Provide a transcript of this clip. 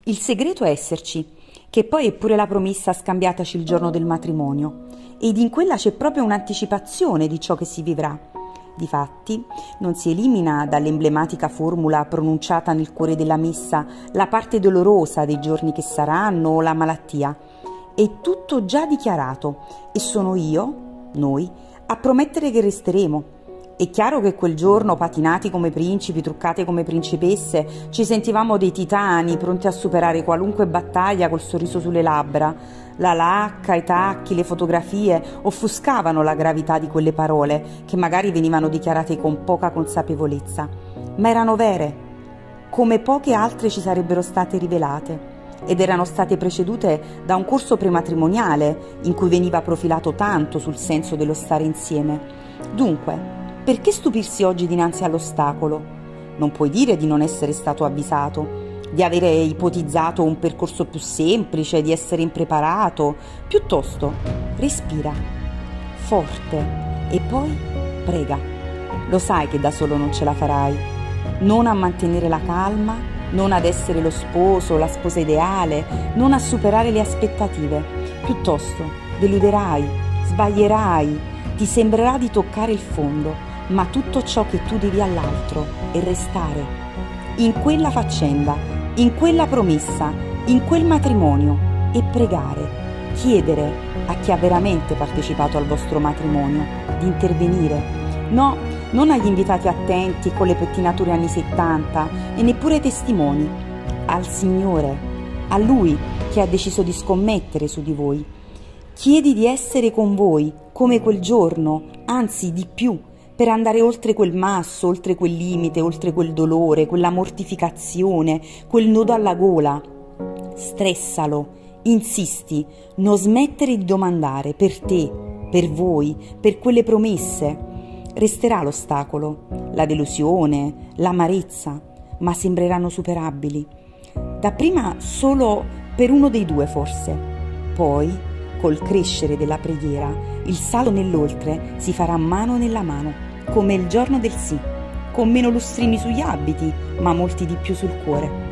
Il segreto è esserci, che poi è pure la promessa scambiataci il giorno del matrimonio, ed in quella c'è proprio un'anticipazione di ciò che si vivrà. Difatti, non si elimina dall'emblematica formula pronunciata nel cuore della messa la parte dolorosa dei giorni che saranno o la malattia. È tutto già dichiarato e sono io, noi, a promettere che resteremo. È chiaro che quel giorno, patinati come principi, truccate come principesse, ci sentivamo dei titani pronti a superare qualunque battaglia col sorriso sulle labbra. La lacca, i tacchi, le fotografie offuscavano la gravità di quelle parole che magari venivano dichiarate con poca consapevolezza, ma erano vere, come poche altre ci sarebbero state rivelate, ed erano state precedute da un corso prematrimoniale in cui veniva profilato tanto sul senso dello stare insieme. Dunque, perché stupirsi oggi dinanzi all'ostacolo? Non puoi dire di non essere stato avvisato, di avere ipotizzato un percorso più semplice, di essere impreparato. Piuttosto, respira, forte, e poi prega. Lo sai che da solo non ce la farai. Non a mantenere la calma, non ad essere lo sposo, la sposa ideale, non a superare le aspettative. Piuttosto, deluderai, sbaglierai, ti sembrerà di toccare il fondo, ma tutto ciò che tu devi all'altro è restare in quella faccenda, in quella promessa, in quel matrimonio e pregare, chiedere a chi ha veramente partecipato al vostro matrimonio di intervenire. No, non agli invitati attenti con le pettinature anni 70 e neppure ai testimoni, al Signore, a Lui che ha deciso di scommettere su di voi. Chiedi di essere con voi come quel giorno, anzi di più, per andare oltre quel masso, oltre quel limite, oltre quel dolore, quella mortificazione, quel nodo alla gola. Stressalo, insisti, non smettere di domandare per te, per voi, per quelle promesse. Resterà l'ostacolo, la delusione, l'amarezza, ma sembreranno superabili. Dapprima solo per uno dei due forse, poi, col crescere della preghiera, il salto nell'oltre si farà mano nella mano, come il giorno del sì, con meno lustrini sugli abiti, ma molti di più sul cuore.